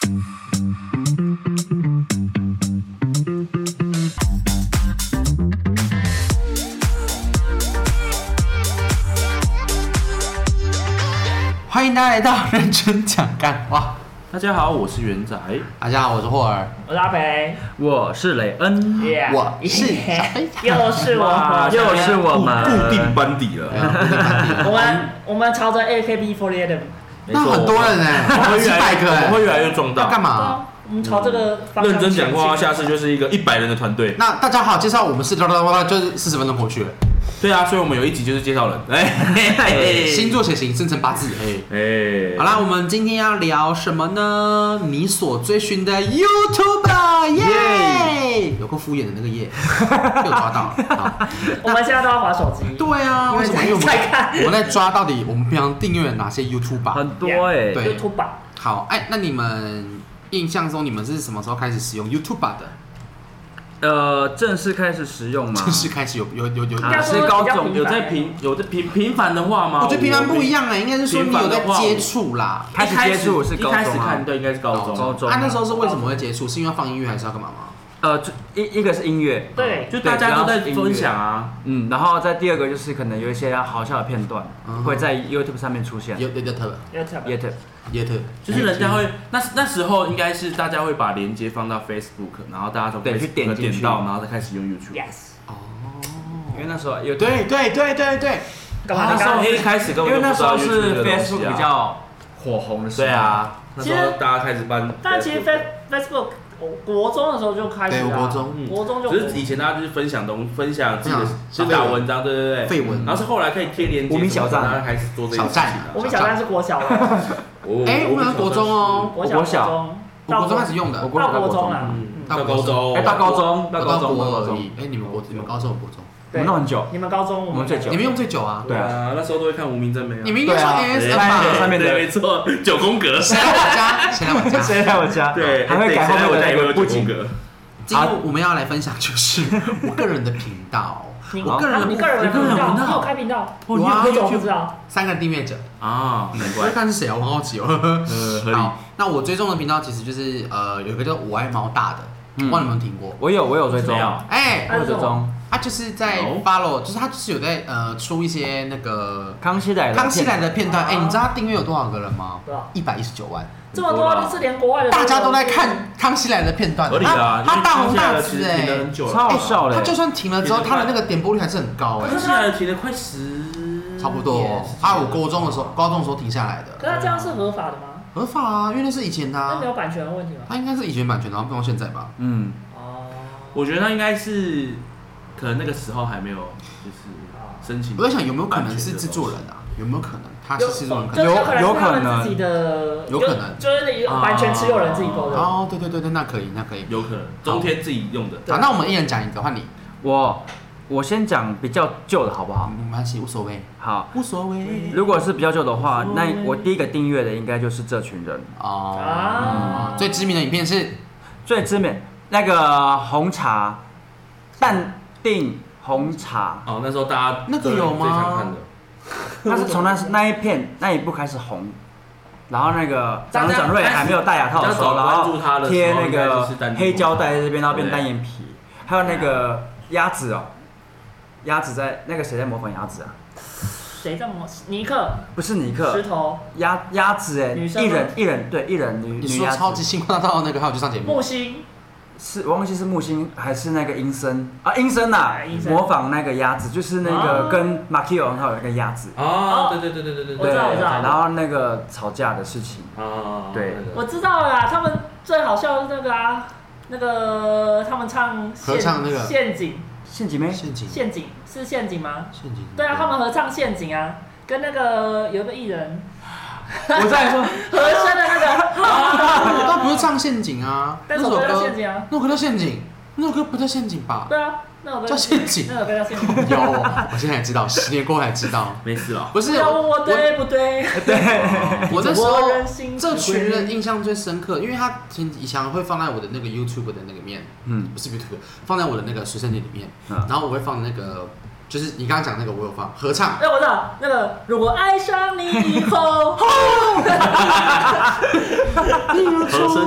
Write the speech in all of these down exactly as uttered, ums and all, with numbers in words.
欢迎大家来到认真讲干话。 大家好，我是元仔。 大家好，我是霍尔。 我是阿北。 我是雷恩。 Yeah. 我是小飞。 又是我， 又是我们固定班底了。 我们我们朝着 A K B四十八。 那很多人哎， 我们几百个哎， 我们会越来越壮大。 要干嘛？ 我们朝这个方向认真讲话，下次就是一个一百人的团队。 那大家好，介绍我们是啦啦啦，就是四十分钟过去了。 对啊，所以我们有一集就是介绍人，哎， 星座血型、生辰八字，哎哎，好啦，我们今天要聊什么呢？你所追寻的 YouTuber， 耶！有够敷衍的那个耶，被我抓到了。 我们现在都要滑手机。 对啊，为什么？因为我们在看， 我们在抓到底我们平常订阅了哪些 YouTuber， 很多哎， 对 ，YouTuber。 好，哎，那你们印象中你们是什么时候开始使用 YouTuber 的？ 呃，正式开始使用吗？ 正式开始有有有有， 啊，是高中有在频有在频频繁的话吗？ 我觉得频繁不一样哎，应该是说你有在接触啦。 开始接触是高中啊， 一开始看对，应该是高中。 高中。 啊，那时候是为什么会接触？是因为要放音乐还是要干嘛吗？ 呃，一一个是音乐， 对， 就大家都在分享啊。 嗯，然后再第二个就是可能有一些好笑的片段会在 YouTube 上面出现。 YouTube，YouTube，YouTube。 YouTube， 就是人家会那那时候应该是大家会把链接放到 Facebook， 然后大家从 Facebook 点点到，然后再开始用 YouTube。Yes。 哦。因为那时候有对对对对对。 那时候一开始根本就不知道 YouTube 的东西啊。 因为那时候是 Facebook 比较火红的时候。 对啊。那时候大家开始办。 但其实 Facebook。国中的时候就开始了， 对，国中， 嗯、国中就。 只是以前大家就是分享东，分享自己的，就打文章，对对对， 废文。 然后是后来可以贴链接， 无名小站， 然后开始做这些事情。 无名小站是国小的。 哎，我们国中哦， 国小，国小，我国中开始用的， 到国中了， 到高中， 哎，到高中， 到高中，到高中。哎，你们国，你们高中，国中。 我们弄很久， 你们高中， 我们最久， 你们用最久啊？ 对啊，那时候都会看无名真美啊。 你们应该说 A S M 吧？ 上面的没错，九宫格。 谁来我家？谁来我家？ 谁来我家？ 对， 还会改后面的那个布景格。 今天我们要来分享就是我个人的频道。我个人的， 你个人的频道，你有开频道？ 有啊， 我不知道。 三个订阅者啊，难怪。 我看是谁啊？我很好奇哦。 呃，合理。 那我追踪的频道其实就是呃，有一个叫我爱猫大的，不知道你们有听过？ 我有，我有追踪。 哎， 我有追踪。 他就是在 follow， 就是他就是有在呃出一些那个康熙来的康熙来的片段。哎，你知道他订阅有多少个人吗？ 多少？ 一百一十九万。 这么多，就是连国外的大家都在看康熙来的片段。 合理啊， 他大红大紫哎， 超好笑的。 他就算停了之后，他的那个点播率还是很高哎。 康熙来的停了快十， 差不多。啊，我高中的时候，高中的时候停下来的。 可是他这样是合法的吗？ 合法啊，因为那是以前的。 那没有版权的问题吗？ 他应该是以前版权，然后放到现在吧。 嗯。 哦。 我觉得他应该是。可能那个时候还没有，就是申请。 我在想有没有可能是制作人啊？有没有可能他是制作人？ 有有可能自己的， 有可能就是版权持有人自己 P O 的。 哦，对对对对，那可以，那可以， 有可能中天自己用的。 好，那我们一人讲一个，换你。 我我先讲比较旧的好不好？ 没关系，无所谓。 好， 无所谓。 如果是比较旧的话，那我第一个订阅的应该就是这群人。 哦。最知名的影片是？ 最知名那个红茶淡定红茶哦，那时候大家那个有吗？ 最常看的， 他是从那那一片那一部开始红，然后那个张展瑞还没有戴牙套的时候，然后贴那个黑胶带在这边，然后变单眼皮，还有那个鸭子哦，鸭子在那个谁在模仿鸭子啊？ 谁在模？尼克？ 不是尼克， 石头鸭鸭子哎，一人一人对一人女女鸭子， 超级星光大道那个还有去上节目， 木星。 是我忘记是木星还是那个阴森啊？阴森呐，模仿那个鸭子，就是那个跟马奎尔很好的那个鸭子。 哦，对对对对对对， 我知道我知道。 然后那个吵架的事情。 哦， 对， 我知道了。他们最好笑的是那个啊，那个他们唱合唱那个陷阱。 陷阱没？ 陷阱。 陷阱是陷阱吗？ 陷阱。 对啊，他们合唱陷阱啊，跟那个有个艺人。 我在说和声的那个， 那不是唱陷阱啊？ 那首歌叫陷阱啊， 那首歌叫陷阱，那首歌不叫陷阱吧？ 对啊，那首歌叫陷阱， 那首歌叫陷阱。 有，我现在才知道，十年过后才知道， 没事了。 不是， 我我对不对？ 对， 我那时候这群人印象最深刻，因为他以前会放在我的那个 YouTube 的那个面，嗯，不是 YouTube， 放在我的那个随身碟里面，然后我会放那个就是你刚刚讲那个我有放合唱。 哎，我知道那个如果爱上你以后， 和声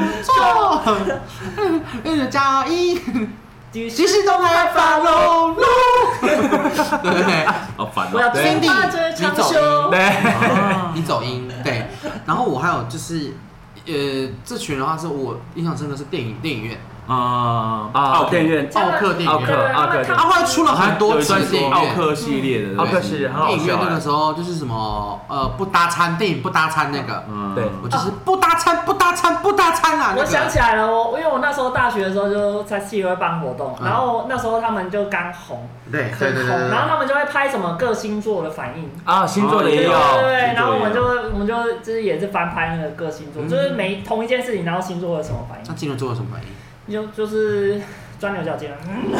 错，脚印。 即即使东海发露露，对， 好烦我要哦。 听你你走音， 对， 你走音，对。然后我还有就是，呃，这群的话是我印象深刻是电影电影院。 啊啊！电影院， 奥克电影院， 奥克， 他后来出了很多次电影院， 奥克系列的， 奥克系列， 电影院那个时候就是什么呃不搭餐，电影不搭餐那个， 嗯， 对， 我就是不搭餐不搭餐不搭餐啊。 我想起来了，我因为我那时候大学的时候就在系会办活动，然后那时候他们就刚红， 对很红，然后他们就会拍什么各星座的反应啊，星座的也有， 对对，然后我们就我们就就是也是翻拍那个各星座，就是每同一件事情，然后星座有什么反应？ 那金牛座有什么反应？ 就就是钻牛角尖，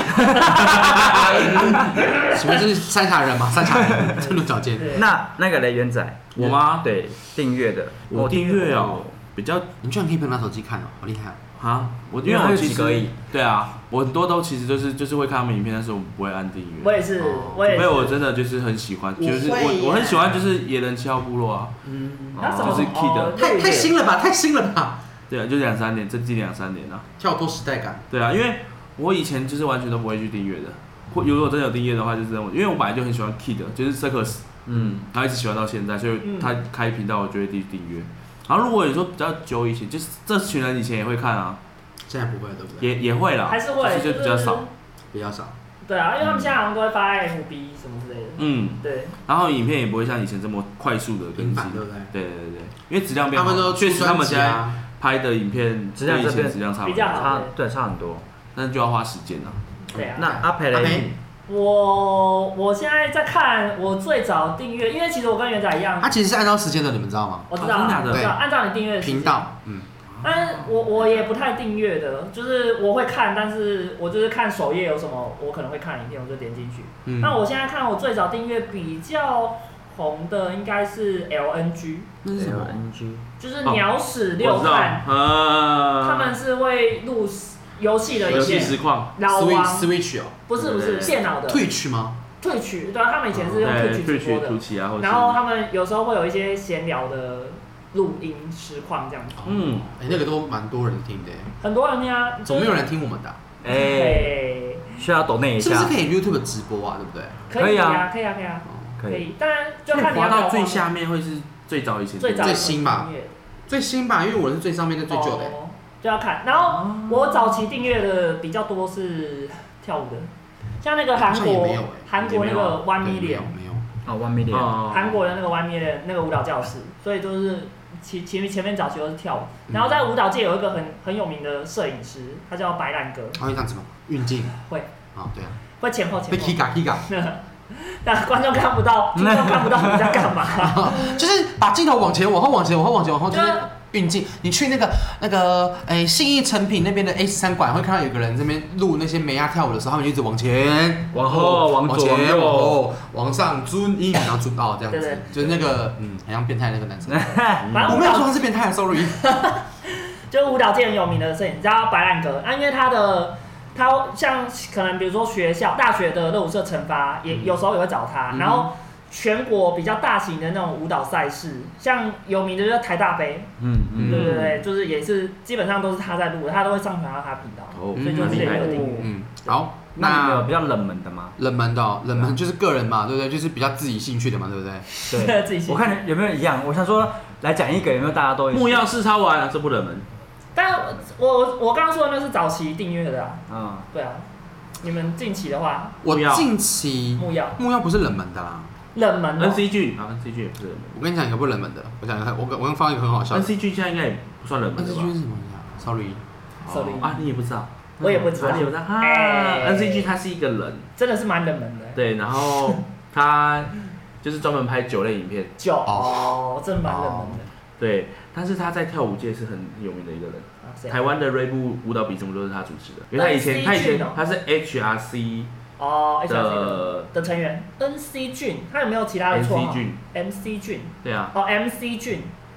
什么是三峡人嘛？三峡人钻牛角尖。 那那个雷元仔， 我吗？ 对，订阅的， 我订阅哦，比较， 你居然可以不用拿手机看哦，好厉害啊！我因为我其实对啊，我很多都其实就是就是会看他们影片，但是我不会按订阅。 我也是，我也是。 因为我真的就是很喜欢，就是我我很喜欢就是野人七号部落啊， 嗯， 就是 Kid， 太太新了吧，太新了吧。 对啊，就两三年，这近两三年啊， 跳脱时代感。 对啊，因为我以前就是完全都不会去订阅的，或如果真的有订阅的话，就是因为我本来就很喜欢 Kid，就是 Circus， 嗯，然后一直喜欢到现在，所以他开频道我就会订订阅。然后如果你说比较久以前，就是这群人以前也会看啊， 现在不会对不对？ 也也会啦， 还是会， 就比较少， 比较少。 对啊，因为他们现在好像都会发 F B 什么之类的。嗯，对。 然后影片也不会像以前这么快速的更新， 对不对？ 对对对对，因为质量变好， 他们都确实他们现在拍的影片质量跟以前质量差比较差，对，差很多， 但就要花时间啊。 对啊。 那阿培嘞？ 我我现在在看，我最早订阅，因为其实我跟元仔一样， 他其实是按照时间的，你们知道吗？ 我知道，我知道，按照你订阅频道，嗯。 但我我也不太订阅的，就是我会看，但是我就是看首页有什么，我可能会看影片，我就点进去。嗯。那我现在看我最早订阅比较红的应该是 L N G。 那是什么 ？L N G 就是鸟屎六探，他们是会录游戏的影片。 游戏实况。 老王 Switch 哦。 不是不是电脑的。 Twitch 吗 ？Twitch，对啊，他们以前是用 Twitch 直播的。然后他们有时候会有一些闲聊的录音实况这样子。 嗯，哎，那个都蛮多人听的。 很多人听啊。 总没有人听我们的。 哎， 需要抖内一下。 是不是可以 YouTube 直播啊？对不对？ 可以啊，可以啊，可以啊，可以。当然就看你要。 滑到最下面会是最早以前最最新吧，最新吧，因为我是最上面的最旧的。 就要看，然后我早期订阅的比较多是跳舞的，像那个韩国韩国那个 One Million， 没有哦 One Million， 韩国的那个 One Million 那个舞蹈教室，所以就是前前前面早期都是跳舞，然后在舞蹈界有一个很很有名的摄影师，他叫白兰哥。 他会这样子吗？运镜会啊，对啊， 会前后前后。 会 Kika Kika。 但观众看不到，听众看不到你在干嘛， 就是把镜头往前、往后、往前、往后、往前、往后，就是运镜。你去那个那个诶信义诚品那边的 A 十三馆，会看到有个人这边录那些美亚跳舞的时候，他们就一直往前、 往后、往往前、往后、往上尊音，然后尊到这样子，就是那个嗯，很像变态那个男生。我没有说他是变态 ，sorry。 就是舞蹈界很有名的摄影师叫白兰哥，啊，因为他的。他像可能比如说学校大学的热舞社惩罚也有时候也会找他，嗯、然后全国比较大型的那种舞蹈赛事，像有名的就是台大杯，嗯嗯，对对对，就是也是基本上都是他在录，他都会上传到他频道，哦、所以就是这个订阅。 嗯，好， 那有比较冷门的吗？ 冷门的、哦，冷门就是个人嘛，对不对？就是比较自己兴趣的嘛，对不对？ 对，自己兴趣。我看有没有一样，我想说来讲一个，有没有大家都木曜四超玩，这不冷门。 但我我我刚刚说的那是早期订阅的啊，嗯，对啊，你们近期的话， 我近期木曜木曜不是冷门的啦， 冷门的 N C G 啊 N C G 也不是冷门。 我跟你讲一个不冷门的，我讲一个，我我刚放一个很好笑的 N C G 现在应该也不算冷门 N C G 是什么呀 ？Sorry Sorry 啊，你也不知道， 我也不知道， 你也不知道啊 N C G 他是一个人， 真的是蛮冷门的， 对，然后他就是专门拍酒类影片， 酒哦，真的蛮冷门的， 对，但是他在跳舞界是很有名的一个人。台湾的锐步舞蹈比什么都是他主持的，因为他以前他以前他是 H R C 哦 H R C 的成员 N C 俊，他有没有其他的绰号 ？M C 俊 M C 俊， 对啊， 哦 M C 俊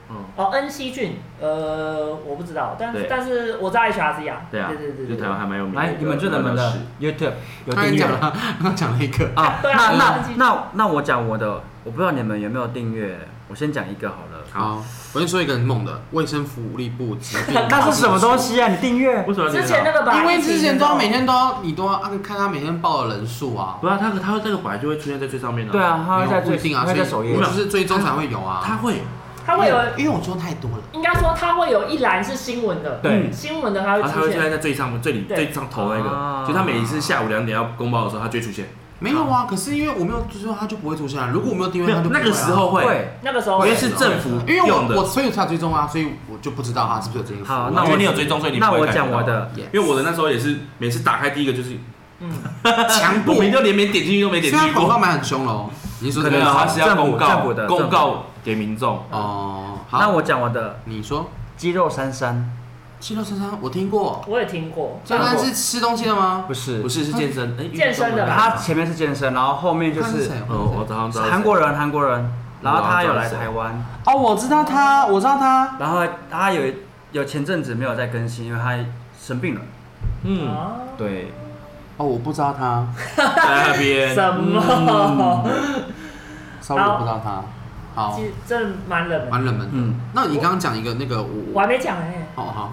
嗯，哦，恩熙俊，呃，我不知道，但但是我知道 H R C 啊。 对啊， 对对对， 就台湾还蛮有名的。 来，你们最冷门的 YouTube 有订阅了，刚讲了一个啊。那那那那我讲我的，我不知道你们有没有订阅，我先讲一个好了。 好，我先说一个很猛的，卫生福利部疾病。 那是什么东西啊？你订阅？ 为什么？ 之前那个吧， 因为之前都要每天都要，你都要看他每天报的人数啊。 不是，他他这个本来就会出现在最上面的。 对啊，他会在最定啊， 所以在首页， 就是追踪才会有啊。 他会。 它会有， 因为我做太多了。 应该说它会有一栏是新闻的， 对， 新闻的它会出现。 它会出现在最上面、最里、最上头那个，就它每一次下午两点要公报的时候，它就会出现。 没有啊，可是因为我没有，就是它就不会出现啊。如果我没有订阅，它就那个时候会， 那个时候因为是政府因为我我所以才追踪啊，所以我就不知道它是不是有这个。 好，那我你有追踪，所以你那我讲我的， 因为我的那时候也是每次打开第一个就是， 嗯， 强迫， 我明就连没点进去都没点进去过。 广告买很凶喽，你说可能它是要公告的公告给民众哦。 那我讲我的， 你说肌肉珊珊， 肌肉珊珊我听过， 我也听过。 珊珊是吃东西的吗？ 不是， 不是是健身， 健身的。 他前面是健身，然后后面就是哦，我好像知道韩国人，韩国人，然后他有来台湾。 哦，我知道他，我知道他。 然后他有有前阵子没有再更新，因为他生病了。 嗯， 对。 哦，我不知道他。 在那边。 什么？ 稍微不知道他。好， 其实真的蛮冷门， 蛮冷门的。嗯，那你刚刚讲一个那个我， 我还没讲哎。 好好。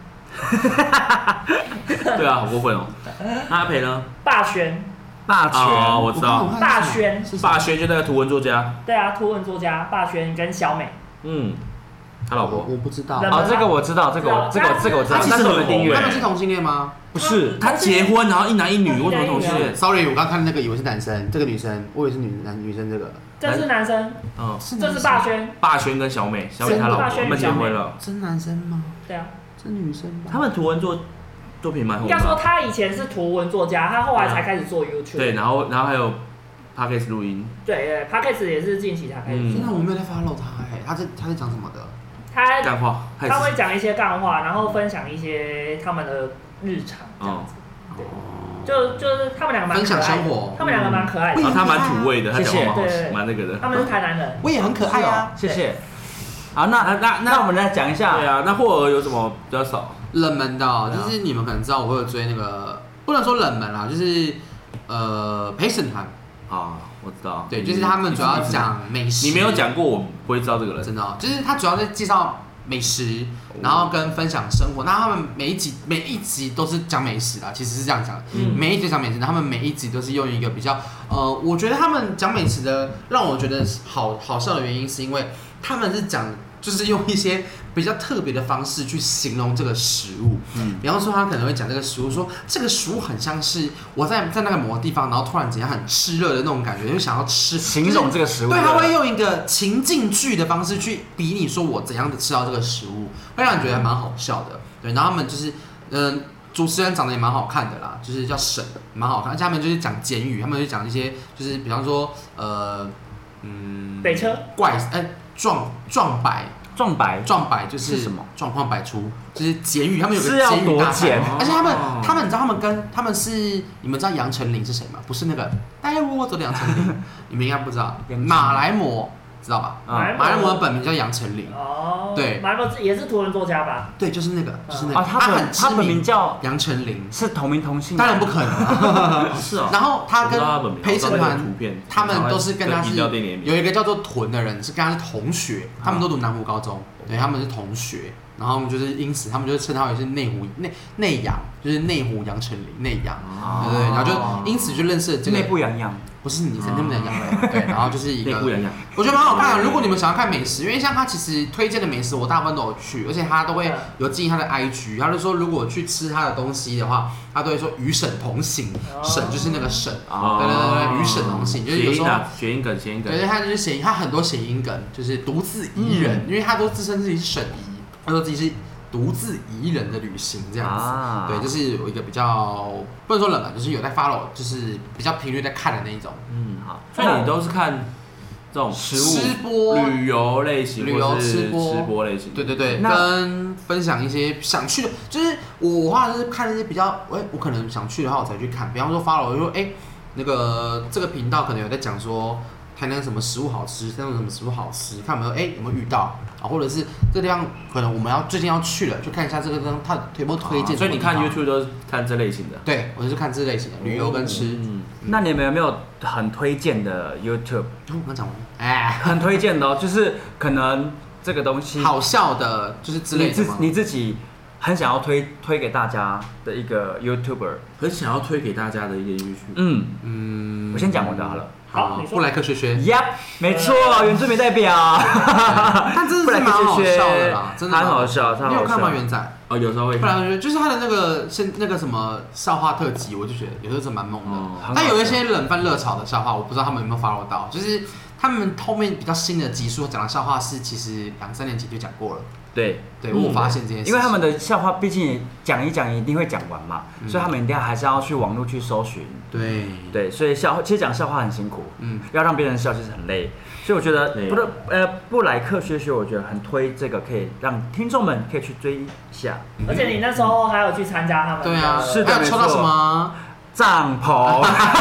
对啊，好过分哦。那阿培呢？ 霸轩。 霸轩， 我知道。 霸轩， 霸轩就那个图文作家。 对啊，图文作家霸轩跟小美。 嗯。他老婆我不知道。 哦，这个我知道，这个我这个这个我知道。 但是我们订阅，他们是同性恋吗？ 不是， 他结婚然后一男一女，为什么同性恋 ？Sorry， 我刚看那个以为是男生，这个女生，我以为是女男女生这个。 这是男生， 嗯， 这是霸轩。 霸轩跟小美，小美他老婆，他们结婚了。 真男生吗？ 对啊， 真女生吧。 他们图文作作品蛮红的。 应该说他以前是图文作家，他后来才开始做 YouTube。 对，然后然后还有 Podcast 录音。 对对 ，Podcast 也是近期才开始。 现在我没有在 follow 他，哎，他在他在讲什么的？ 他干话， 他会讲一些干话，然后分享一些他们的日常这样子。对，就就是他们两个蛮分享生活， 他们两个蛮可爱的。 然后他蛮土味的，他讲话蛮对蛮那个的。 他们是台南人， 我也很可爱啊， 谢谢。好，那那那我们来讲一下。 对啊，那霍尔有什么比较少？ 冷门的，就是你们可能知道，我会有追那个，不能说冷门啦，就是呃陪审团啊。我知道， 对，就是他们主要讲美食。 你没有讲过，我不会知道这个人。 真的、哦，就是他主要在介绍美食，然后跟分享生活。那他们每一集每一集都是讲美食啦，其实是这样讲的。嗯、每一集讲美食，他们每一集都是用一个比较呃，我觉得他们讲美食的，让我觉得好好笑的原因，是因为他们是讲。就是用一些比较特别的方式去形容这个食物，嗯，比方说他可能会讲这个食物，说这个食物很像是我在在那个某个地方，然后突然间很炽热的那种感觉，就想要吃， 形容这个食物， 对，他会用一个情境剧的方式去比拟说我怎样的吃到这个食物，会让你觉得蛮好笑的，对，然后他们就是，嗯、呃，主持人长得也蛮好看的啦，就是叫沈，蛮好看，而且他们就是讲简语，他们就讲一些就是比方说，呃，嗯， 北车怪，哎、欸。壮壮百， 壮百， 壮百就是什么？ 状况百出，就是简语，他们有个简语大赛， 而且他们，他们你知道他们跟他们是，你们知道杨丞琳是谁吗？不是那个带我走的杨丞琳，你们应该不知道，马来貘。知道吧？马来貘的本名叫杨丞琳。 哦。 对。 马来貘也是图文作家吧？ 对，就是那个，就是那个。 啊，他本他本名叫杨丞琳， 是同名同姓。 当然不可能。 是啊。 然后他跟陪审团，他们都是跟他是有一个叫做屯的人，是跟他是同学，他们都读南湖高中，对，他们是同学。然后就是因此，他们就称他为是内湖内内洋，就是内湖杨丞琳内洋，对对。然后就因此就认识了这个内部洋洋。 不是你是那么的洋的，对，然后就是一个， 我觉得蛮好看的。如果你们想要看美食，因为像他其实推荐的美食，我大部分都有去，而且他都会有经营他的 I G， 他就说如果去吃他的东西的话，他都会说与省同行，省就是那个省，对对对对，与省同行，就是有时候谐音梗，谐音梗， 对对，他就是谐音，他很多谐音梗，就是独自一人，因为他都自称自己是省姨，他说自己是。独自一人的旅行这样子，啊、对，就是有一个比较不能说冷门，就是有在 follow， 就是比较频率在看的那一种。 嗯，好，所以你都是看这种食物、 吃播、 旅游类型， 旅游吃播、 吃播类型。 对对对，跟分享一些想去的，就是我的话就是看那些比较，哎、欸，我可能想去的话我才去看。比方说 follow， 我就说，哎、欸，那个这个频道可能有在讲说台南什么食物好吃，台南什么食物好吃，看有没有，哎、欸，有没有遇到？ 好，或者是这个地方可能我们要最近要去了，就看一下这个地方它有没有推荐。 所以你看 YouTube 都是看这类型的？ 对，我就是看这类型的旅游跟吃。嗯， 那你们有没有很推荐的 YouTube？ 我刚讲完，哎， 很推荐的哦，就是可能这个东西好笑的，就是之类的吗？ 你自己很想要推推给大家的一个 YouTuber， 很想要推给大家的一个 YouTube。 嗯嗯，我先讲我的好了。 好， 布莱克学学。 Yep， 没错，原住民代表。 他真的是蛮好笑的啦，真的很好笑。 你有看吗？元仔？ 哦，有时候会看。 布莱克学学就是他的那个现那个什么笑话特辑，我就觉得有时候真蛮猛的。但有一些冷饭热炒的笑话，我不知道他们有没有 follow 到，就是他们后面比较新的集数讲的笑话是其实两三年前就讲过了。 对对，我发现这件事， 因为他们的笑话毕竟讲一讲一定会讲完嘛，嗯、所以他们一定还是要去网络去搜寻。 对对，所以笑其实讲笑话很辛苦，嗯，要让别人笑其实很累，所以我觉得不是呃布莱克学学，我觉得很推这个，可以让听众们可以去追一下。 而且你那时候还有去参加他们， 对啊， 是的， 还有抽到什么帐篷，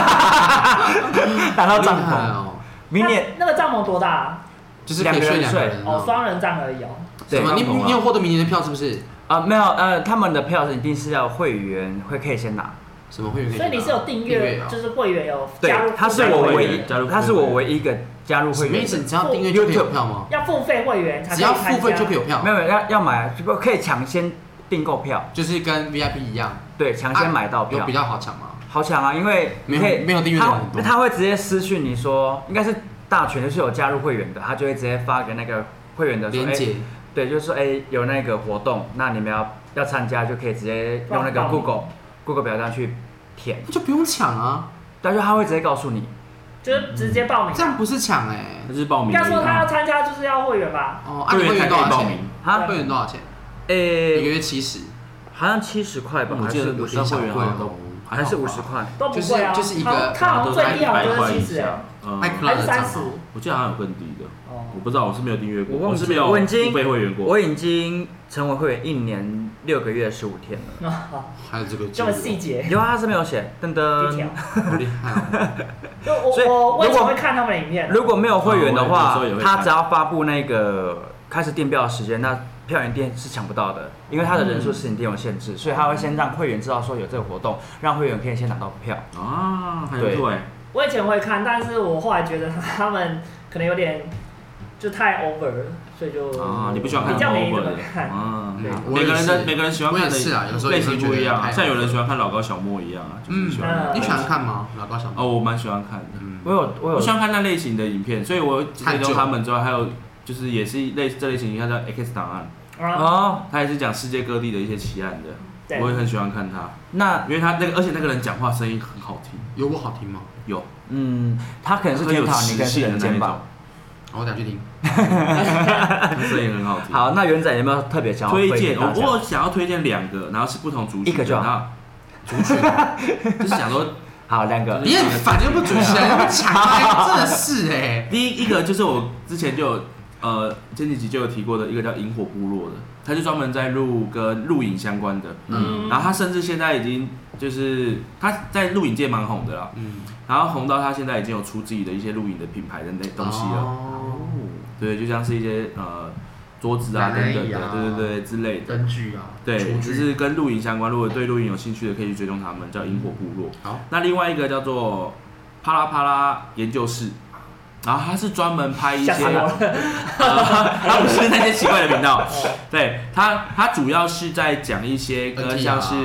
拿到帐篷哦。 明年那个帐篷多大、啊？ 就是可以睡两个人哦，双人帐而已哦。 对，你你有获得明年的票是不是？ 啊、呃，没有，呃，他们的票是一定是要会员会可以先拿。 什么会员可以拿？ 所以你是有订阅，就是会员有加入。 他是我唯一，他是我唯一一个加入会员。 什么意思？你只要订阅就可以有票吗？ 要付费会员才可以只要付费就可以有票。 没有，要要买，可以抢先订购票， 就是跟 V I P 一样。 对，抢先买到票。 啊、有比较好抢吗？ 好抢啊，因为没有没有订阅的很多。 他会直接私讯你说，应该是大全就是有加入会员的，他就会直接发给那个会员的链接。 对，就是说，哎、欸，有那个活动，那你们要要参加，就可以直接用那个 Google Google 表单去填， 就不用抢啊。 但是他会直接告诉你， 就是直接报名。 这样不是抢哎、欸， 这是报名。 应该说他要参加就是要会员吧？ 哦，啊，会员多少钱？ 啊， 会员多少钱？ 诶、欸， 一个月七十， 好像七十块吧， 我记得五十会员好像都还是五十块， 都不贵啊。 就是就是一个， 他好像最低好像就是七十，还是三十？ 我记得好像有更低的。我不知道，我是没有订阅过， 我我是没有付费会员过。 我已经成为会员一年六个月十五天了。 还有这个这么细节？ 有啊，他是没有写，噔噔。 好厉害哦！ 所以我我以前会看他们影片。 如果没有会员的话，他只要发布那个开始订票的时间，那票源店是抢不到的，因为他的人数是一定有限制，所以他会先让会员知道说有这个活动，让会员可以先拿到票。 啊，还不错哎。 我以前会看，但是我后来觉得他们可能有点。就太 over 了，所以就啊，你不喜欢看 over 的啊？ 每个人的每个人喜欢看的类型不一样，像有人喜欢看老高小莫一样啊，就是喜欢。 你喜欢看吗？老高小莫？ 哦，我蛮喜欢看的。 我有我有， 我喜欢看那类型的影片，所以我追踪他们之外，还有就是也是类这类型，你看叫 X 档案哦，他也是讲世界各地的一些奇案的，我也很喜欢看他。 那因为他那个，而且那个人讲话声音很好听， 有我好听吗？ 有， 嗯，他可能是天堂，你可能是人间吧。 我想去听， 声音很好听。 好，那元仔有没有特别想要推荐？我我想要推荐两个，然后是不同族群， 一个就好。 族群就是想说， 好两个。 你很烦，又不主持人，又不抢开，真的是哎。 第一一个就是我之前就有呃前几集就有提过的一个叫萤火部落的，他就专门在录跟录影相关的，嗯，然后他甚至现在已经就是他在录影界蛮红的啦，嗯，然后红到他现在已经有出自己的一些录影的品牌的那东西了。哦对，就像是一些呃桌子啊等等的，对对对之类的灯具啊， 对，就是跟露营相关。如果对露营有兴趣的，可以去追踪他们，叫萤火部落。好，那另外一个叫做啪啦啪啦研究室，然后他是专门拍一些，他不是那些奇怪的频道，对他他主要是在讲一些跟像是。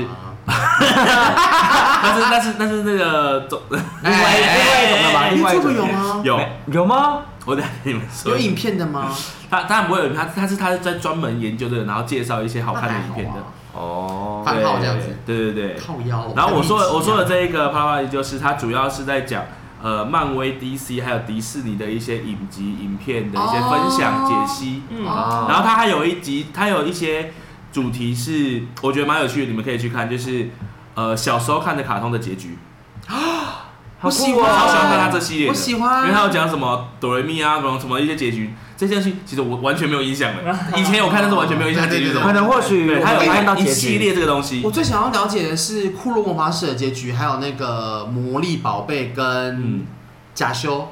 但是但是但是那个另外另外一种的吧，另外一种有吗？ 有有吗？ 我等下跟你们说。 有影片的吗？ 他当然不会有，他他是他是在专门研究这个，然后介绍一些好看的影片的。 哦， 番号这样子。 对对对。 靠腰。 然后我说我说的这一个啪啦啪啦就是他主要是在讲呃漫威、D C 还有迪士尼的一些影集、影片的一些分享解析。嗯。然后他还有一集，他有一些。主题是我觉得蛮有趣的，你们可以去看，就是呃小时候看的卡通的结局啊，我喜欢， 超喜欢看他这系列的， 我喜欢， 因为他有讲什么哆来咪啊，什么一些结局，这些东西其实我完全没有印象的，以前我看但是完全没有印象结局， 可能或许他有看到一系列这个东西。 我最想要了解的是库洛魔法使的结局，还有那个魔力宝贝跟假修。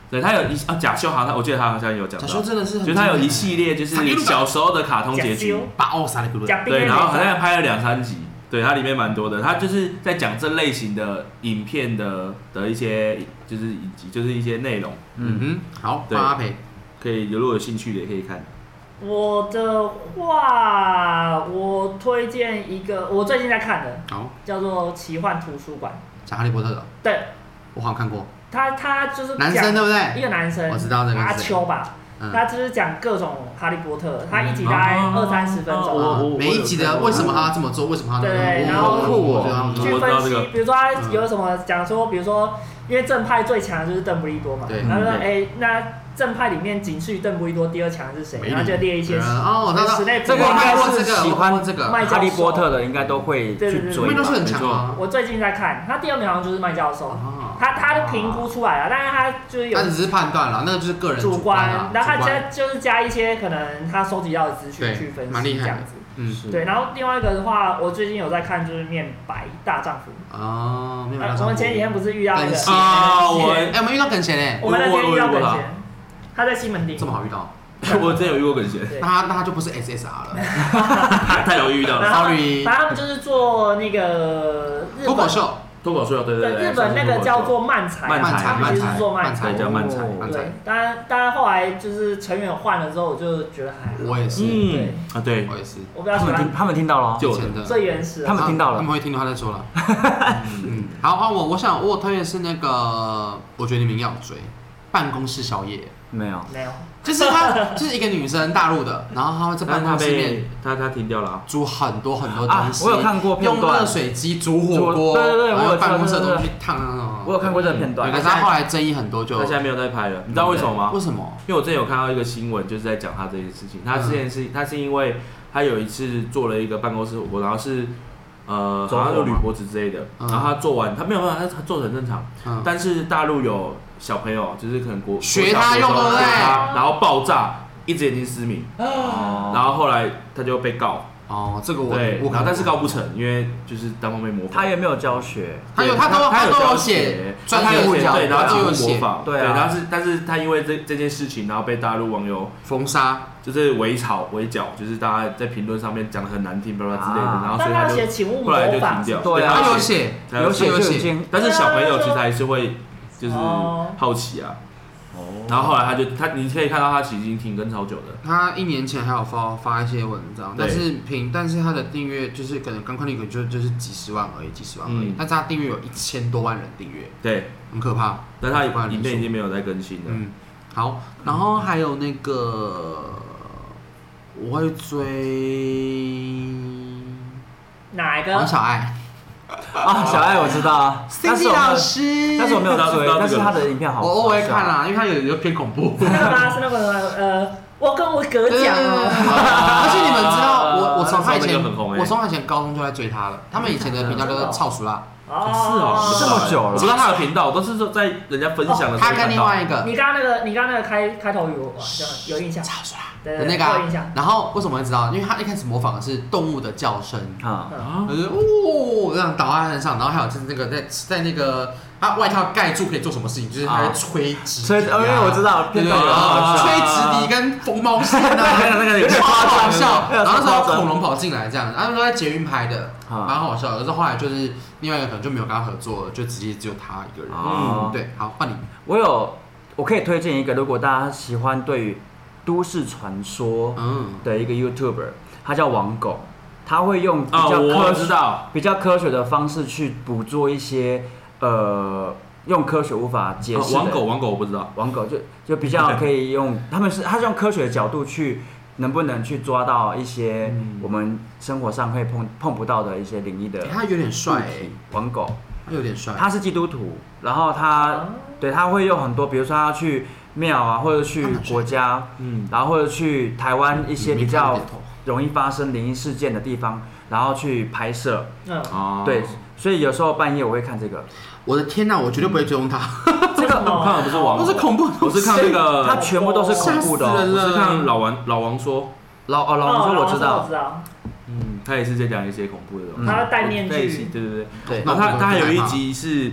对他有一啊假修好像我记得他好像有讲， 假修真的是， 就是他有一系列就是小时候的卡通结局， 把奥萨的咕噜， 对，然后好像拍了两三集，对，它里面蛮多的，他就是在讲这类型的影片的的一些就是以及就是一些内容， 嗯哼，好， 对， 阿培可以如果有兴趣的也可以看。 我的话，我推荐一个我最近在看的， 好， 叫做《奇幻图书馆》， 讲哈利波特的， 对， 我好像看过。 他他就是男生对不对？ 一个男生， 我知道这个阿秋吧， 嗯、 他就是讲各种哈利波特，他一集大概二三十分钟、 哦，每一集的为什么他这么做，为什么他对，然后去分析，比如说他有什么讲说，比如说因为正派最强的就是邓布利多嘛， 对， 然后说哎那。正派里面仅次于邓布利多第二强是谁？然后就列一些哦， 史内普。 这个应该是喜欢这个哈利波特的，应该都会去追。 都是很强啊。 我最近在看，他第二名好像就是麦教授，他他的评估出来了，但是他就是有。 他只是判断了，那个就是个人主观。 然后他加就是加一些可能他收集到的资讯去分析这样子。 嗯， 对。然后另外一个的话，我最近有在看就是《面白大丈夫》。 哦，面白大丈夫。 我们前几天不是遇到那个啊，我哎，我们遇到耿贤哎， 我们那天遇到耿贤。他在西门町， 这么好遇到， 我真有遇过耿贤， 那他那他就不是 S S R 了， 太容易遇到了。 Sorry， 反正他们就是做那个脱口秀， 脱口秀，对对对， 日本那个叫做漫才， 漫才， 他们其实是做漫才， 叫漫才， 对。当然，当然后来就是成员换了之后，我就觉得还我也是， 对啊对， 我也是， 我比较喜欢。 他们听到了， 以前的最原始， 他们听到了， 他们会听到他在说了。嗯，好啊，我我想我推荐是那个，我觉得你们要追办公室宵夜。 没有， 没有， 就是她，就是一个女生，大陆的，然后她会在办公室里面， 她她停掉了， 煮很多很多东西。 我有看过片段， 用热水机煮火锅， 对对对，我有办公室的东西烫那种。 我有看过这个片段， 可是她后来争议很多，就她现在没有在拍了。你知道为什么吗？ 为什么？ 因为我之前有看到一个新闻，就是在讲她这件事情。她之前是，她是因为她有一次做了一个办公室火锅，然后是。呃，好像有铝箔纸之类的，然后他做完，他没有办法，他做的很正常，但是大陆有小朋友，就是可能国学他用对不对？ 然后爆炸，一只眼睛失明，然后后来他就被告。 哦，这个我对，然后但是告不成，因为就是单方面模仿。 他也没有教学， 他有他都他都有写专业会教，对，然后就有模仿， 对， 然后是但是他因为这这件事情，然后被大陆网友封杀， 就是围吵围剿，就是大家在评论上面讲的很难听，巴拉之类的，然后所以他就后来就停掉。 对，他有写， 有写有写， 但是小朋友其实还是会就是好奇啊。然后后来他就他，你可以看到他其实已经停更超久的。 他一年前还有发发一些文章，但是平但是他的订阅就是可能刚看那个就就是几十万而已，几十万而已。嗯、但是他订阅有一千多万人订阅， 对， 很可怕。 但他影片已经没有在更新了。 嗯，好，然后还有那个我会追哪一个？ 黄小爱。 啊，小爱我知道啊， 但是老师， 但是我没有追，但是他的影片好， 我偶尔看啦，因为他有有偏恐怖。 是那个吗？是那个呃，我跟我哥讲哦。 而且你们知道，我我从他以前，我从他以前高中就在追他了。他们以前的频道叫做超熟辣。 哦，是哦， 这么久了， 我知道他的频道，我都是说在人家分享的时候。 他跟另外一个， 你刚刚那个，你刚刚那个开开头语，我有印象。 超熟辣。 的那个，然后为什么会知道？因为他一开始模仿的是动物的叫声啊，就是哦这样倒在他身上，然后还有就是那个在在那个他外套盖住可以做什么事情，就是他会吹直笛， 因为我知道片段有吹直笛跟缝毛线啊， 那个有点超好笑。然后那时候恐龙跑进来这样，然后都在捷运拍的，蛮好笑的。可是后来就是另外一个可能就没有跟他合作了，就直接只有他一个人。嗯，对，好换你。 我有我可以推荐一个，如果大家喜欢对于都市传说的一个 YouTuber， 他叫网狗，他会用比较科学、哦、比较科学的方式去捕捉一些呃用科学无法解释的、 哦。网狗，网狗我不知道， 网狗就就比较可以用，他们是他是用科学的角度去能不能去抓到一些我们生活上会碰碰不到的一些灵异的、欸。 他有点帅、欸， 网狗， 他有点帅， 他是基督徒，然后他对他会用很多，比如说他去庙啊，或者去国家，嗯，然后或者去台湾一些比较容易发生灵异事件的地方，然后去拍摄，嗯，哦，对，所以有时候半夜我会看这个。 我的天哪，我绝对不会追踪他。 这个我看的不是网， 都是恐怖， 我是看那个， 他全部都是恐怖的、哦。 我是看老王老王说， 老哦老王说我知道， 我知道， 嗯，他也是在讲一些恐怖的东西。 他戴面具， 对对对对。然后他他还有一集是。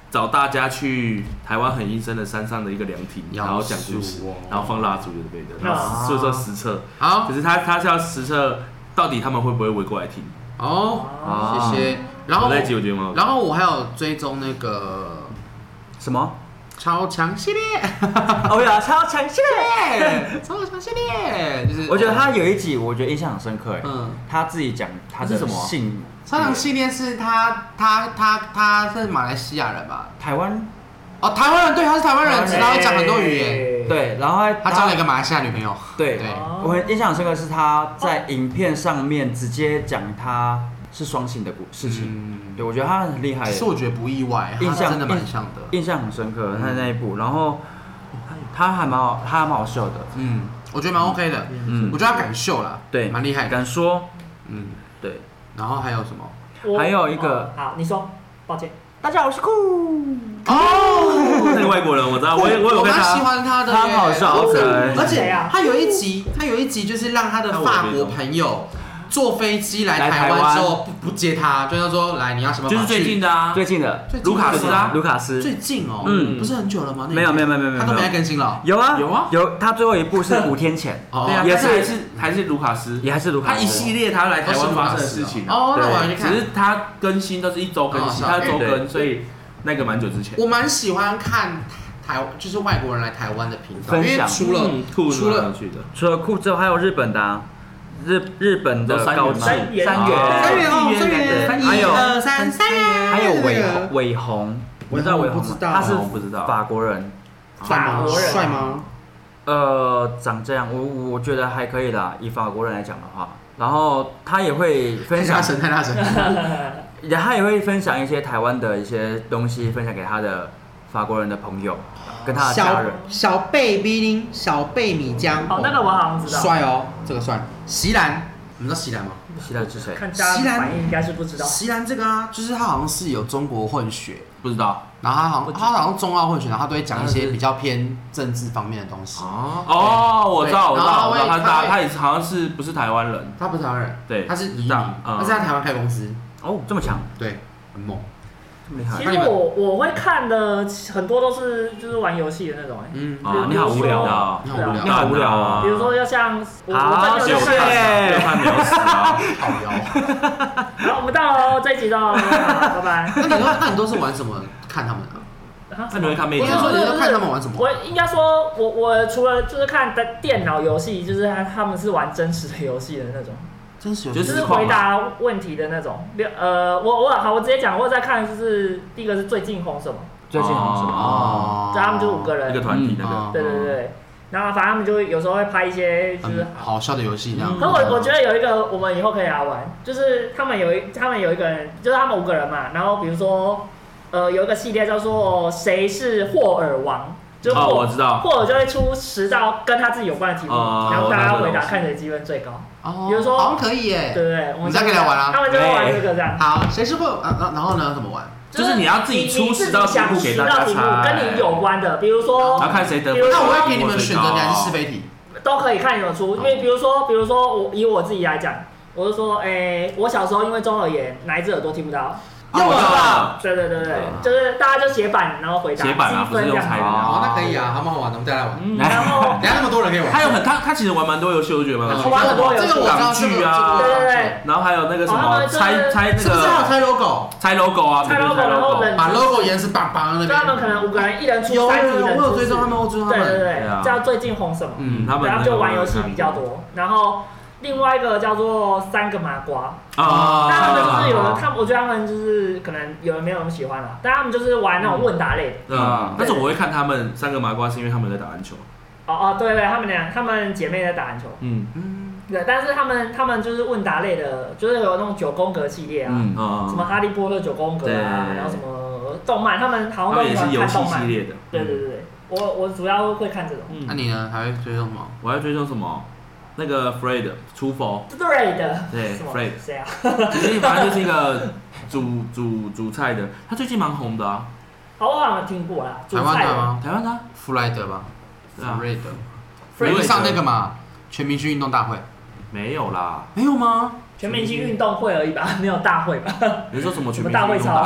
找大家去台湾很阴森的山上的一个凉亭，然后讲故事，然后放蜡烛之类的，然后所以说实测。好，可是他他是要实测到底他们会不会围过来听。 哦，谢谢。然后然后我还有追踪那个什么超强系列， 哦呀，超强系列， 超强系列，就是我觉得他有一集我觉得印象很深刻，哎，嗯，他自己讲他的什么姓。 超强系列是他他他他是马来西亚人吧？ 台湾哦，台湾人，对，他是台湾人，然后讲很多语言， 对，然后他交了一个马来西亚女朋友， 对对，我印象很深刻是他在影片上面直接讲他是双性的事情，对我觉得他很厉害， 其实我觉得不意外，印象真的蛮像的， 印象很深刻他那一部，然后他还蛮好，他还蛮好笑的， 嗯，我觉得蛮 OK 的，嗯，我觉得他敢秀啦， 对， 蛮厉害， 敢说，嗯，对。 然后还有什么？ 还有一个， 好，你说，抱歉。 大家好，我是酷。 哦，那个外国人我知道，我也我有跟他， 我蛮喜欢他的， 他好笑，好可爱。 而且他有一集，他有一集就是让他的法国朋友坐飞机来台湾之后不不接他，就是说来你要什么？ 就是最近的啊， 最近的卢卡斯啊， 卢卡斯。 最近哦，嗯，不是很久了吗？ 没有没有没有没有， 他都没在更新了。 有啊有啊有，他最后一部是五天前， 对啊，也是还是还是卢卡斯， 也还是卢卡斯。 他一系列他来台湾发生的事情哦，那我要去看。 只是他更新都是一周更新，他周更，所以那个蛮久之前。 我蛮喜欢看台，就是外国人来台湾的频道， 分享除了除了除了酷之后，还有日本的。日日本的高知三元三元哦三元， 还有二三三元， 还有尾红尾红，你知道尾红吗？他是不知道法国人， 法国人帅吗？ 呃，长这样，我我觉得还可以啦，以法国人来讲的话，然后他也会分享， 太大声，太大声， 他也会分享一些台湾的一些东西，分享给他的法国人的朋友。跟他的家人， 小贝冰冰，小贝米浆， 哦，那个我好像知道， 帅哦，这个帅。席兰，你们知道席兰吗？ 席兰是谁？ 看家人反应应该是不知道。 席兰这个啊，就是他好像是有中国混血， 不知道。 然后他好像他好像中澳混血，然后他都会讲一些比较偏政治方面的东西。 哦哦，我知道，我知道，我知道，他他他也好像是不是台湾人？ 他不是台湾人， 对， 他是移民，他是在台湾开公司。 哦，这么强， 对，很猛。 其实我我会看的很多都是就是玩游戏的那种哎， 嗯啊，你好无聊啊， 你好无聊， 你好无聊啊。 比如说要像我好谢谢， 看没有死啊， 好聊。 好，我们到了这一集喽，拜拜。 那你都那你都是玩什么？看他们啊？ 那你会看妹子？ 我是说你都看他们玩什么？ 我应该说，我我除了就是看的电脑游戏，就是他他们是玩真实的游戏的那种。 真实就是回答问题的那种，呃，我我好，我直接讲，我在看就是第一个是最近红什么， 最近红什么哦， 他们就五个人一个团体那个， 对对对，然后反正他们就会有时候会拍一些就是好笑的游戏这样。 可我我觉得有一个我们以后可以来玩，就是他们有一他们有一个人，就是他们五个人嘛，然后比如说呃有一个系列叫做谁是霍尔王。就霍、 哦、我知道， 霍尔就会出十道跟他自己有关的题目，哦、然后大家回答，看谁积分最高。 哦， 比如说， 好像可以耶， 对不对？我们再可以来玩啊。 他们就会玩这个这样。 好，谁是霍？然然后呢？怎么玩？ 就是你要自己出十道题目给大家猜， 跟你有关的，比如说， 然后看谁得。 那我会给你们选择还是是非题？ 都可以看你们出，因为比如说，比如说我以我自己来讲，我就说，哎，我小时候因为中耳炎，哪一只耳朵听不到？ 用我的， 对对对对，就是大家就写板，然后回答， 写板啊，不是用猜的。 哦，那可以啊，还蛮好玩的，我们再来玩。 然后， 等下那么多人可以玩。 他有很他他其实玩蛮多游戏，我觉得蛮有趣。 玩很多游戏， 港剧啊， 对对对。 然后还有那个什么猜猜那个， 是不是还有猜 logo？ 猜 logo 啊， 猜 logo，然后把 logo 颜色绑绑那边。 他们可能五个人，一人出三题的。 我有追踪他们，我追踪他们。 对对对，叫最近红什么？ 嗯，他们然后就玩游戏比较多，然后。另外一个叫做三个麻瓜啊，但他们就是有人，他们我觉得他们就是可能有人没有人喜欢啦，但他们就是玩那种问答类的。 嗯，但是我会看他们三个麻瓜是因为他们在打篮球。 哦哦，对对，他们俩，他们姐妹在打篮球。嗯嗯，对，但是他们他们就是问答类的，就是有那种九宫格系列啊，嗯、什么哈利波特九宫格啊，然后什么动漫，他们好像都喜欢看动漫。 系列的。 对对对，我我主要会看这种。 那你呢？还会追踪什么？ 我还追踪什么？那个 Fred 出佛， 对的， 对 Fred 谁啊？ 其实反正就是一个煮煮煮菜的，他最近蛮红的啊。 哦，我好像听过啦。 台湾的吗？ 台湾的弗莱德吧 ，Fred，不是上那个嘛？全明星运动大会没有啦？ 没有吗？ 全明星运动会而已吧，没有大会吧？ 你说什么全明星运动大会？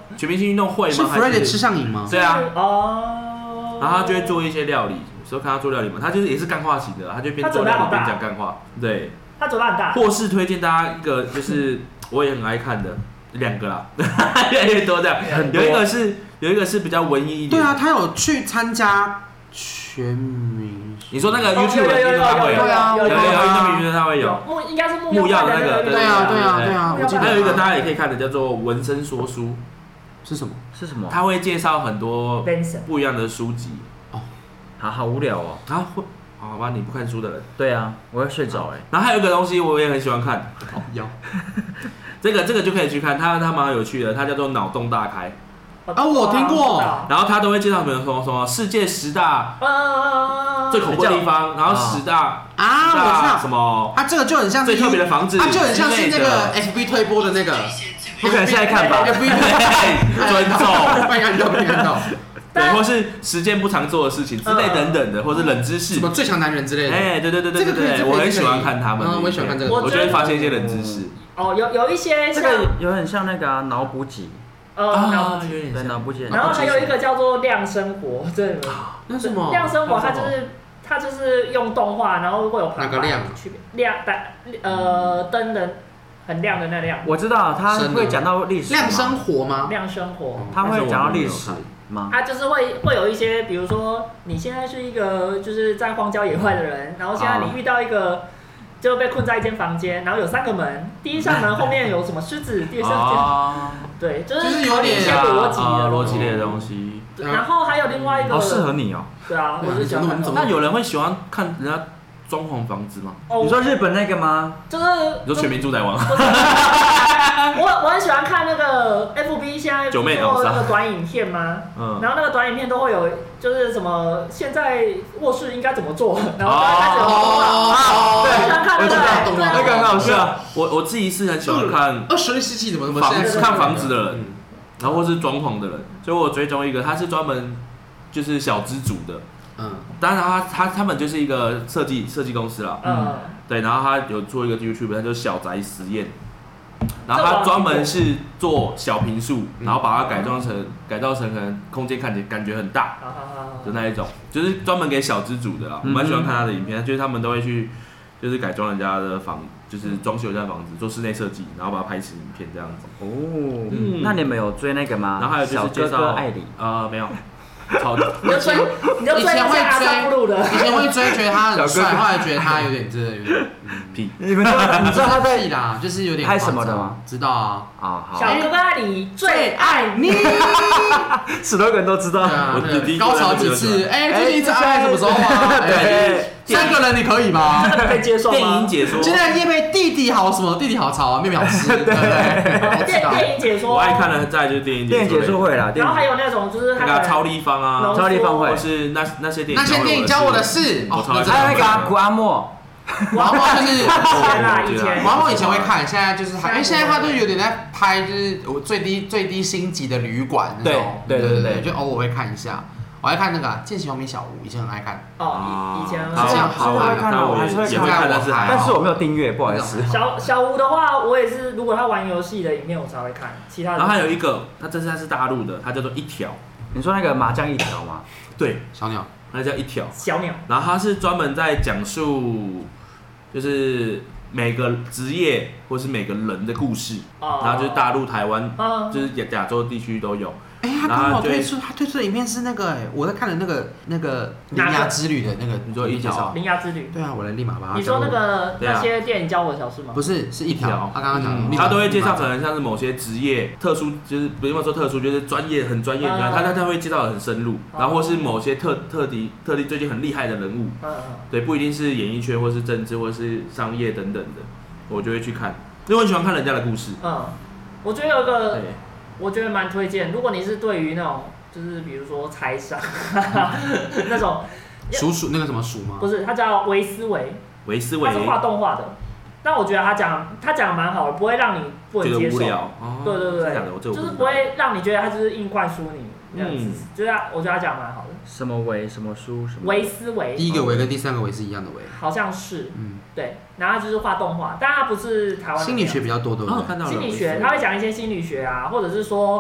全明星运动会吗？ 是 Fred 吃上瘾吗？ 对啊。 哦。 然后他就会做一些料理，有时候看他做料理嘛，他就是也是干话型的，他就边做料理边讲干话。对。 他嘴巴很大。 或是推荐大家一个，就是我也很爱看的两个啦，越来越多这样。有一个是有一个是比较文艺一点。 对啊，他有去参加全明星。 你说那个 YouTube 的运动大会有， 对啊， 有有有运动运动大会有。 木应该是木木曜的那个， 对啊对啊对啊。 还有一个大家也可以看的，叫做文生说书。 是什么？ 是什么？ 他会介绍很多不一样的书籍。 哦，好好无聊哦。 啊会。好吧，你不看书的人。 对啊，我会睡着哎。 然后还有一个东西我也很喜欢看， 好要， 这个这个就可以去看，它它蛮有趣的，它叫做脑洞大开。 啊，我听过。 然后他都会介绍什么什么什么世界十大最恐怖的地方，然后十大啊，我知道什么啊，这个就很像最特别的房子， 啊，就很像是那个 F B 推播的那个， 不可能现在看吧 ？F B 尊重， 没看到，没看到。 对，或是时间不常做的事情之类等等的，或是冷知识， 什么最强男人之类的。 哎，对对对对对对，我很喜欢看他们。 我也喜欢看这个， 我就会发现一些冷知识。 哦，有有一些这个有点像那个脑补集。 呃，脑补集，对脑补集。 然后还有一个叫做亮生活，对。 那什么？ 亮生活，它就是它就是用动画，然后会有哪个亮？ 区别亮带呃灯的很亮的那亮。 我知道，他会讲到历史。 亮生活吗？ 亮生活， 他会讲到历史。 他就是会会有一些，比如说你现在是一个就是在荒郊野外的人，然后现在你遇到一个就被困在一间房间，然后有三个门，第一扇门后面有什么狮子，第二扇门，对，就是有点一些逻辑的逻辑类的东西。 然后还有另外一个， 好适合你哦。 对啊，我是喜欢看。 那有人会喜欢看人家装潢房子吗？ 你说日本那个吗？ 就是你说全民住宅王。 我我很喜欢看那个 F B 现在做那个短影片嘛，嗯，然后那个短影片都会有就是什么现在卧室应该怎么做，然后就开始哦， 对，喜欢看那个那个很好笑。 我我自己是很喜欢看二十一世纪怎么怎么房子看房子的人，然后或是装潢的人，所以我追踪一个，他是专门就是小资主的，嗯，当然他他他们就是一个设计设计公司啦，嗯，对，然后他有做一个 YouTube， 他就是小宅实验。然后他专门是做小坪数，然后把它改装成改造成可能空间看起来感觉很大的那一种，就是专门给小资主的啦。我蛮喜欢看他的影片，就是他们都会去就是改装人家的房，就是装修人家房子，做室内设计，然后把它拍成影片这样子。 哦，嗯，那你们有追那个吗？ 然后还有就是介绍艾里， 呃，没有。 超你就追，你就追一下阿萨布鲁的。 以前会追，觉得他很帅，后来觉得他有点真的有点屁。 你们你知道他在啦，就是有点拍什么的吗？ 知道啊。 啊好。 小哥哥艾里最爱你。 很多人都知道。 我高潮几次？哎，最近一次爱什么时候啊？对。三个人你可以吗？ 可以接受吗？ 电影解说。 现在叶妹弟弟好什么？弟弟好吵啊，妹妹好吃，对不对？ 电电影解说。 我爱看的再就是电影电影解说会啦。 然后还有那种就是那个超立方啊， 超立方会， 或是那那些电影。 那些电影教我的事。 哦， 还有那个古阿莫。 古阿莫就是以前啦，以前。 古阿莫以前会看，现在就是还，因为现在他都有点在拍，就是我最低最低星级的旅馆那种。 对对对对， 就偶尔会看一下。我爱看那个《剑行红米小屋》，以前很爱看。 哦，以前以前好爱看，我还是会看，但是但是我没有订阅，不好意思。 小小吴的话，我也是，如果他玩游戏的影片，我才会看。其他的。 然后还有一个，他这是他是大陆的，他叫做一条。 你说那个麻将一条吗？ 对， 小鸟， 那叫一条。 小鸟。 然后他是专门在讲述，就是每个职业或是每个人的故事，然后就是大陆、台湾，就是亚亚洲地区都有。 哎、欸，他刚好推出，他推出的影片是那个、欸，我在看的那个那个铃芽之旅的那个，你说一条铃芽之旅， 对啊，我来立马把它。 你说那个那些电影教我的小事吗？ 不是，是一条。他刚刚讲， 他都会介绍成像是某些职业特殊，就是不用说特殊，就是专业很专业，他他他会介绍的很深入，然后或是某些特特地特地最近很厉害的人物，对，不一定是演艺圈或是政治或是商业等等的，我就会去看，因为我很喜欢看人家的故事。 嗯，我觉得有个。我觉得蛮推荐，如果你是对于那种，就是比如说财商那种， 鼠鼠那个什么鼠吗？ 不是，他叫维思维， 维思维， 他是画动画的。但我觉得他讲他讲的蛮好的，不会让你不能接受。对对对，就是不会让你觉得他就是硬灌输你那样子。就是我觉得他讲的蛮好的。 什么维什么书什么？ 维思维。 第一个维跟第三个维是一样的维。 好像是，嗯，对。然后他就是画动画，但他不是台湾。 心理学比较多，对不对？ 心理学他会讲一些心理学啊，或者是说，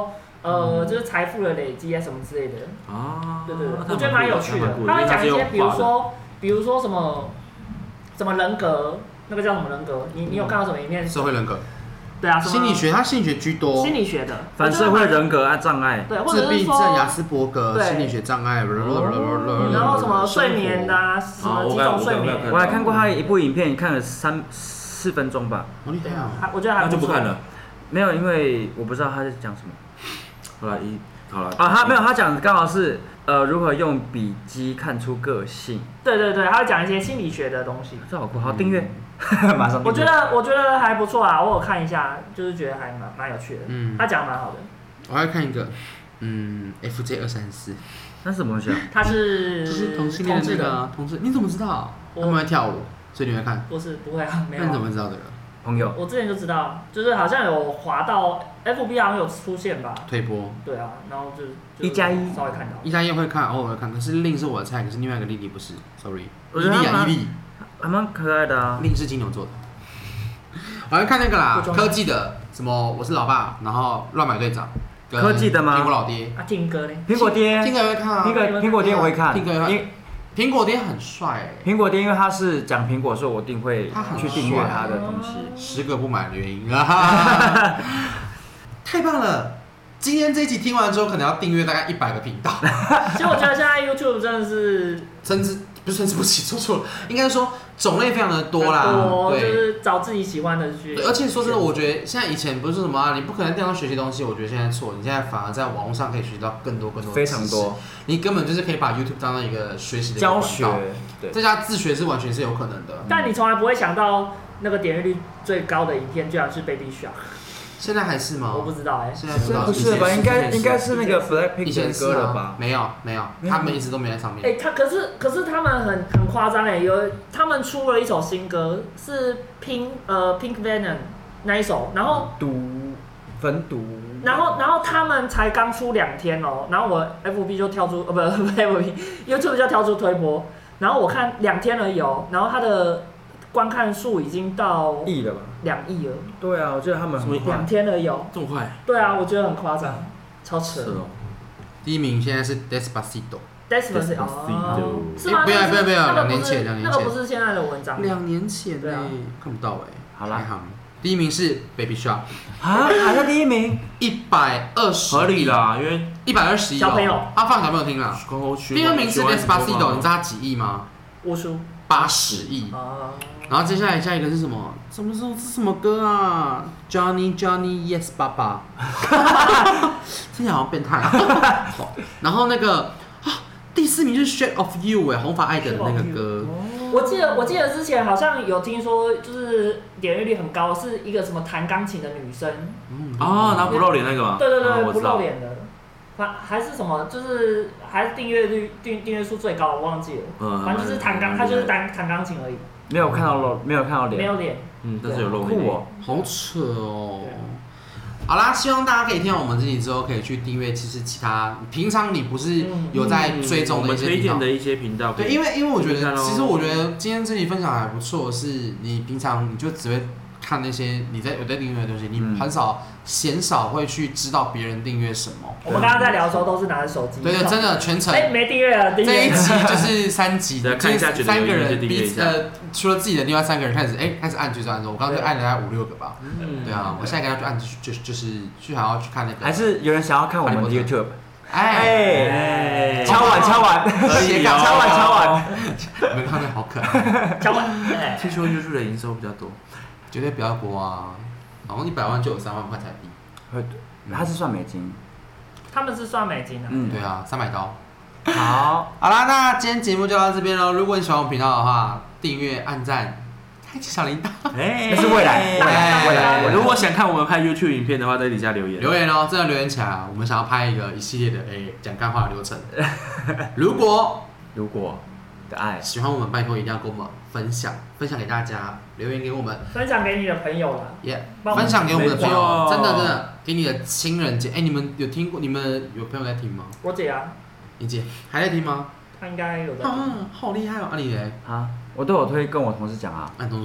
呃，就是财富的累积啊什么之类的。啊，对对对，我觉得蛮有趣的。他会讲一些，比如说，比如说什么什么人格，那个叫什么人格？你你有看到什么影片？ 社会人格。 对啊， 心理学，它心理学居多。 心理学的， 反社会人格啊障碍， 对，或者自闭症、雅斯伯格、心理学障碍， 然后什么睡眠啊，什么几种睡眠。 我还看过他一部影片，看了三四分钟吧。 好厉害啊！ 我觉得还那就不看了。 没有，因为我不知道他在讲什么。 好了，一好了啊，他没有，他讲刚好是呃如何用笔记看出个性。 对对对，他会讲一些心理学的东西。 这好酷，好订阅。马上。 我觉得我觉得还不错啊，我有看一下，就是觉得还蛮蛮有趣的。嗯，他讲的蛮好的。 我还看一个，嗯 ，F J 二三四， 那是什么东西啊？ 他是就是同性恋那个同志，你怎么知道？他们会跳舞，所以你会看？ 不是，不会啊，没有。 那你怎么知道这个？ 朋友， 我之前就知道，就是好像有滑到 F B 好像有出现吧。 推播。 对啊，然后就一加一稍微看到。 一加一会看，偶尔会看，可是令是我的菜，可是另外一个丽丽不是 ，sorry。伊利啊，伊利。 还蛮可爱的啊， 令是金牛座的。我要看那个啦，科技的，什么我是老爸，然后乱买队长， 科技的吗？ 苹果老爹啊，听歌嘞， 苹果爹， 听歌也会看啊， 苹果苹果爹我会看， 听歌也会。苹果爹很帅， 苹果爹因为他是讲苹果，所以我一定会去订阅他的东西。 十个不买的原因啊，太棒了！今天这一集听完之后，可能要订阅大概一百个频道。 其实我觉得现在 YouTube 真的是， 真是不是参差不齐，说错了，应该说种类非常的多啦。 多，就是找自己喜欢的去。 而且说真的，我觉得现在以前不是什么啊，你不可能电脑学习东西，我觉得现在错，你现在反而在网络上可以学到更多更多。 非常多。 你根本就是可以把 YouTube 当成一个学习的教学， 对，这家自学是完全是有可能的。 但你从来不会想到那个点阅率最高的影片居然是 Baby Shark。 现在还是吗？ 我不知道哎、欸， 现在不知道， 不是吧？应该应该是那个 Blackpink 的歌了吧？ 没有没有，他们一直都没在上面。 哎、欸，他可是可是他们很很夸张哎，有他们出了一首新歌是 Pink 呃 Pink Venom 那一首，然后毒粉毒， 然后然后他们才刚出两天哦，然后我 F B 就跳出呃不不 F B YouTube 就跳出推播，然后我看两天而已哦，然后他的观看数已经到亿了吧？ 两亿了。 对啊，我觉得他们很两天而已哦， 这么快？ 对啊，我觉得很夸张，超扯。 是哦。 第一名现在是 Despacito。Despacito 哦，是吗？ 不要不要不要，两年前两年前。 那个不是现在的文章。 两年前对啊，看不到哎。 好啦， 第一名是 Baby Shark。 啊，还在第一名？ 一百二十。 合理啦，因为一百二十亿。 小朋友， 他放小朋友听啦。第二名是 Despacito，你知道他几亿吗？ 我输。 八十亿。然后接下来下一个是什么？什么时候？这是什么歌啊 ？Johnny Johnny Yes 爸爸，听起来好像变态。然后那个啊，第四名就是 Shape of You 哎，红发艾德的那个歌。 我记得我记得之前好像有听说，就是点阅率很高，是一个什么弹钢琴的女生。 啊，然后不露脸那个吗？ 对对对，不露脸的。还还是什么，就是还是订阅率订订阅数最高，我忘记了。嗯，反正就是弹钢，他就是弹弹钢琴而已。 没有看到露，没有看到脸， 没有脸。 嗯，但是有露脸。酷哦，好扯哦。好啦，希望大家可以听到我们这集之后，可以去订阅。其实其他平常你不是有在追踪的一些推荐的一些频道。 对，因为因为我觉得，其实我觉得今天这集分享还不错，是你平常你就只会看那些你在有在订阅的东西，你很少鲜少会去知道别人订阅什么。 我们刚刚在聊的时候都是拿着手机。 对对，真的全程。 哎，没订阅了，订阅。 这一集就是三集， 看一下三个人彼此呃，除了自己的另外三个人开始哎开始按追踪按说，我刚刚就按了大概五六个吧。嗯。对啊，我现在跟他去按就就是去好好去看那个。 还是有人想要看我们的 YouTube。 哎， 敲碗敲碗， 斜杠敲碗敲碗， 你们看的好可爱。 敲碗。 听说 YouTube 的营收比较多。 绝对不要播啊！然后一百万就有三万块台币， 他是算美金， 他们是算美金的。 嗯，对啊，三百刀。 好， 好啦，那今天节目就到这边喽。如果你喜欢我频道的话，订阅、按赞、开启小铃铛。 哎，那是未来，未来，未来。 如果想看我们拍 YouTube 影片的话，在底下留言。 留言哦，真的留言起来，我们想要拍一个一系列的哎讲干话的流程。如果如果的爱喜欢我们，拜托一定要跟我们分享，分享给大家，留言给我们， 分享给你的朋友了。 耶，分享给我们的朋友，真的真的，给你的亲人姐。哎，你们有听过？你们有朋友在听吗？ 我姐啊。 你姐还在听吗？ 她应该有在听。 啊，好厉害哦！啊你嘞？ 啊，我都有推跟我同事讲啊。 那你同事说什么？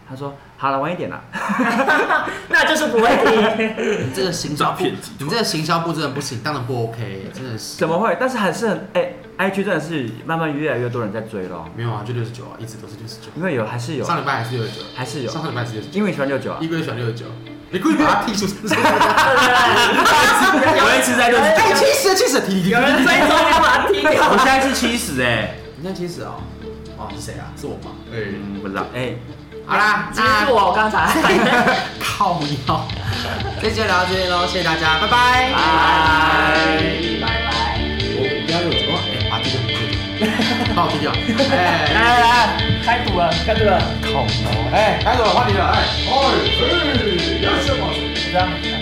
他说好了，晚一点啦。 那就是不会听。 你这个行销部，你这个行销部真的不行，当然不 OK， 真的是。 怎么会？但是还是很哎、欸、，I G 真的是慢慢越来越多人在追咯。 没有啊，就六十九啊，一直都是六十九。 因为有还是有。 上礼拜还是六十九， 还是有。 上上礼拜是六十九， 因为你喜欢六十九啊。 因为喜欢六十九。你故意把它剔除，对对对，有人吃在六十九， 七十七十，剔剔剔， 有人追踪要把它剔掉。 我现在是七十哎， 你现在七十哦，哦是谁啊？是我吗？ 嗯，不知道。哎， 好啦，其实是我刚才靠腰，这期就聊到这边喽，谢谢大家，拜拜， 拜拜拜。 我不要有什么，哎，把这个帮我踢掉，哎， 来来来，开赌了，开赌了， 靠，哎，开赌了，换你了，哎，哎，哎，要什么？ 这样。